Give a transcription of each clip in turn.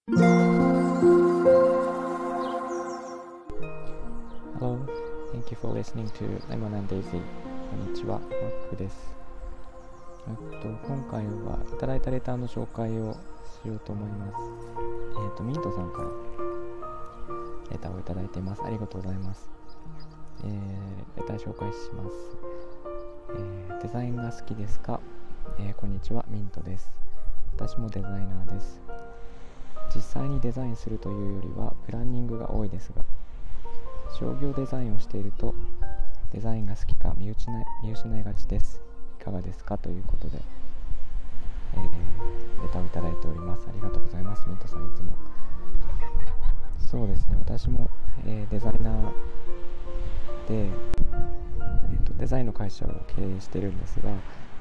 Hello, thank you for listening to Lemon and Daisy. こんにちは、マックです。今回はいただいたレターの紹介をしようと思います。ミントさんからレターをいただいています。ありがとうございます。レター紹介します。デザインが好きですか？こんにちは、ミントです。私もデザイナーです。実際にデザインするというよりはプランニングが多いですが、商業デザインをしているとデザインが好きか見失いがちです。いかがですか？ということで、レターをいただいております。ありがとうございます。ミントさん、いつも。そうですね、私も、デザイナーで、デザインの会社を経営しているんですが、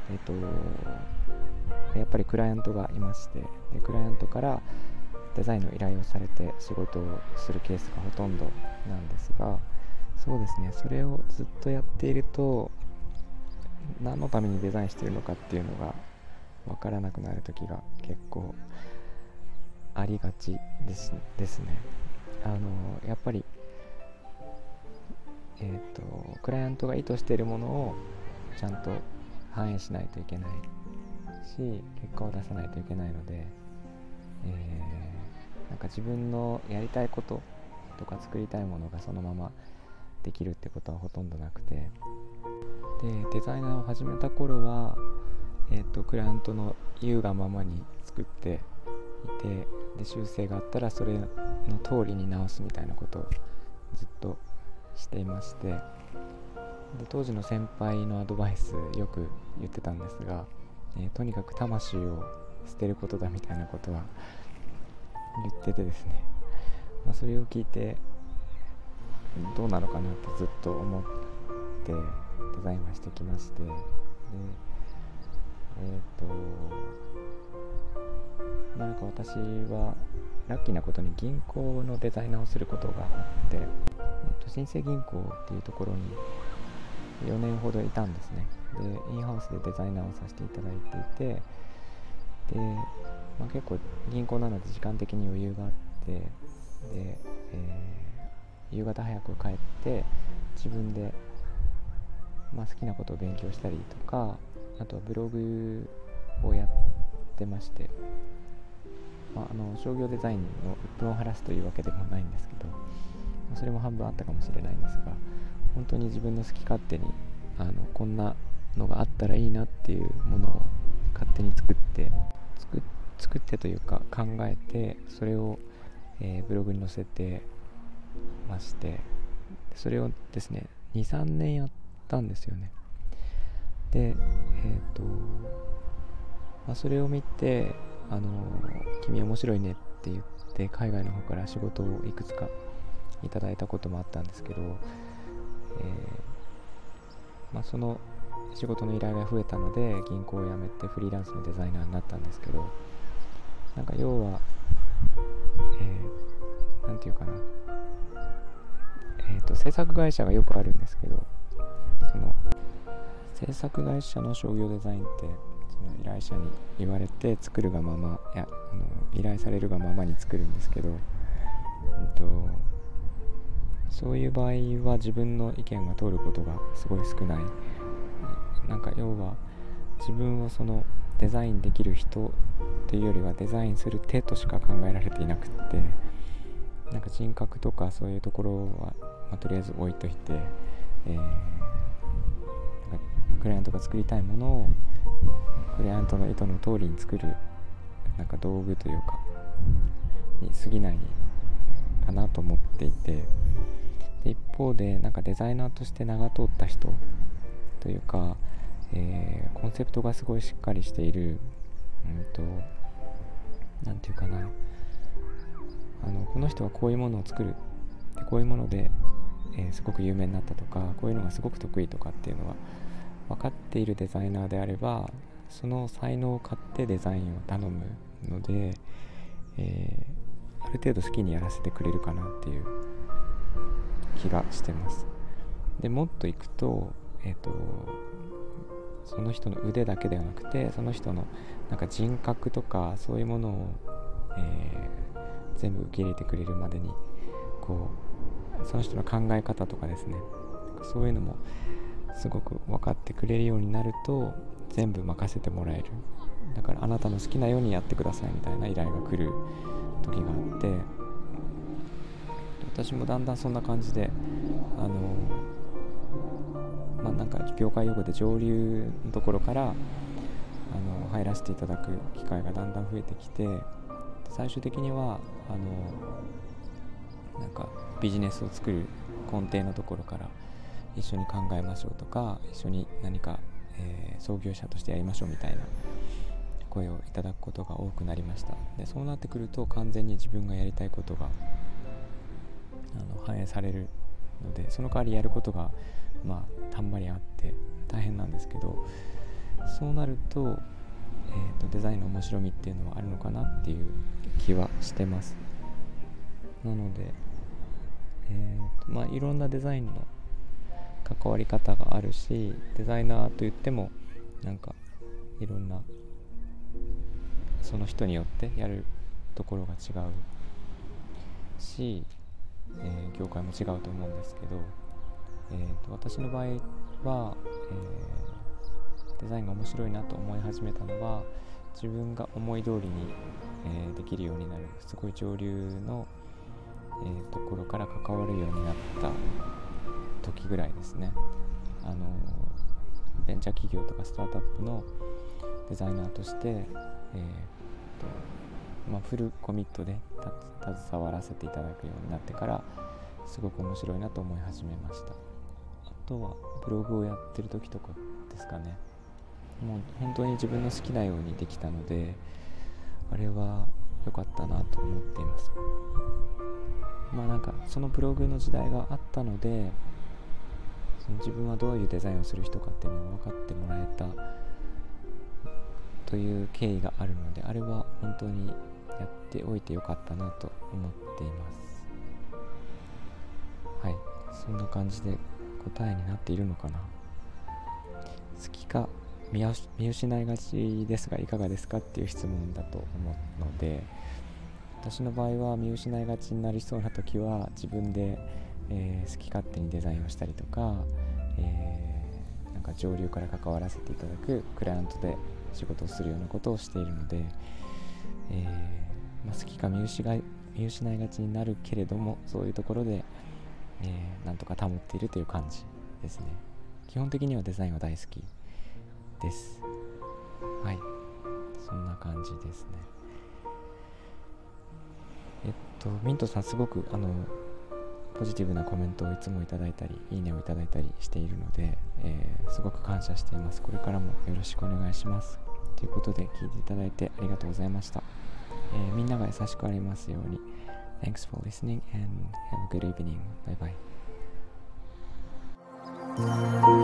やっぱりクライアントがいまして、でクライアントからデザインの依頼をされて仕事をするケースがほとんどなんですが、そうですね、それをずっとやっていると何のためにデザインしているのかっていうのが分からなくなる時が結構ありがちですね。やっぱり、クライアントが意図しているものをちゃんと反映しないといけないし、結果を出さないといけないので、なんか自分のやりたいこととか作りたいものがそのままできるってことはほとんどなくて、でデザイナーを始めた頃は、クライアントの言うがままに作っていて、で修正があったらそれの通りに直すみたいなことをずっとしていまして、で当時の先輩のアドバイスよく言ってたんですが、とにかく魂を捨てることだみたいなことは言っててですね、それを聞いてどうなのかなってずっと思ってデザインはしてきまして、でなんか私はラッキーなことに銀行のデザイナーをすることがあって、新生銀行っていうところに4年ほどいたんですね。でインハウスでデザイナーをさせていただいていて、で、結構銀行なので時間的に余裕があって、で、夕方早く帰って自分で、好きなことを勉強したりとか、あとはブログをやってまして、商業デザインの鬱憤を晴らすというわけでもないんですけど、それも半分あったかもしれないんですが、本当に自分の好き勝手にこんなのがあったらいいなっていうものを勝手に作ってというか考えて、それを、ブログに載せてまして、それをですね 2,3 年やったんですよね。でそれを見て君面白いねって言って海外の方から仕事をいくつかいただいたこともあったんですけど、その仕事の依頼が増えたので銀行を辞めてフリーランスのデザイナーになったんですけど、なんか要は、なんていうかな、制作会社がよくあるんですけど、その制作会社の商業デザインってその依頼者に言われて作るがまま、依頼されるがままに作るんですけど、そういう場合は自分の意見が通ることがすごい少ない。なんか要は自分をそのデザインできる人というよりはデザインする手としか考えられていなくって、なんか人格とかそういうところは、とりあえず置いといて、なんかクライアントが作りたいものをクライアントの意図の通りに作るなんか道具というかに過ぎないかなと思っていて、で一方でなんかデザイナーとして名が通った人というか、コンセプトがすごいしっかりしている、なんていうかな、この人はこういうものを作る、でこういうもので、すごく有名になったとか、こういうのがすごく得意とかっていうのが分かっているデザイナーであれば、その才能を買ってデザインを頼むので、ある程度好きにやらせてくれるかなっていう気がしてます。でもっといくと、その人の腕だけではなくて、その人のなんか人格とかそういうものを、 全部受け入れてくれるまでにその人の考え方とかですね、そういうのもすごく分かってくれるようになると全部任せてもらえる。だからあなたの好きなようにやってくださいみたいな依頼が来る時があって、私もだんだんそんな感じでなんか業界用語で上流のところから入らせていただく機会がだんだん増えてきて、最終的にはなんかビジネスを作る根底のところから一緒に考えましょうとか、一緒に何か、創業者としてやりましょうみたいな声をいただくことが多くなりました。でそうなってくると完全に自分がやりたいことが反映されるので、その代わりやることがたんまりあって大変なんですけど、そうなると、デザインの面白みっていうのはあるのかなっていう気はしてます。なので、いろんなデザインの関わり方があるし、デザイナーといってもなんかいろんなその人によってやるところが違うし、業界も違うと思うんですけど、私の場合は、デザインが面白いなと思い始めたのは、自分が思い通りに、できるようになるすごい上流の、ところから関わるようになった時ぐらいですね。ベンチャー企業とかスタートアップのデザイナーとして、フルコミットで携わらせていただくようになってからすごく面白いなと思い始めました。あとはブログをやってる時とかですかね。もう本当に自分の好きなようにできたので、あれは良かったなと思っています。なんかそのブログの時代があったので、その自分はどういうデザインをする人かっていうのを分かってもらえたという経緯があるので、あれは本当にやっておいてよかったなと思っています。はい、そんな感じで答えになっているのかな。好きか見失いがちですがいかがですかっていう質問だと思うので、私の場合は見失いがちになりそうな時は自分で、好き勝手にデザインをしたりとか、なんか上流から関わらせていただくクライアントで仕事をするようなことをしているので、好きか見失いがちになるけれども、そういうところで、なんとか保っているという感じですね。基本的にはデザインは大好きです。はい、そんな感じですね。ミントさんすごくポジティブなコメントをいつもいただいたりいいねをいただいたりしているので、すごく感謝しています。これからもよろしくお願いします。ということで聞いていただいてありがとうございました。みんなが優しくありますように。 Thanks for listening and have a good evening. Bye bye.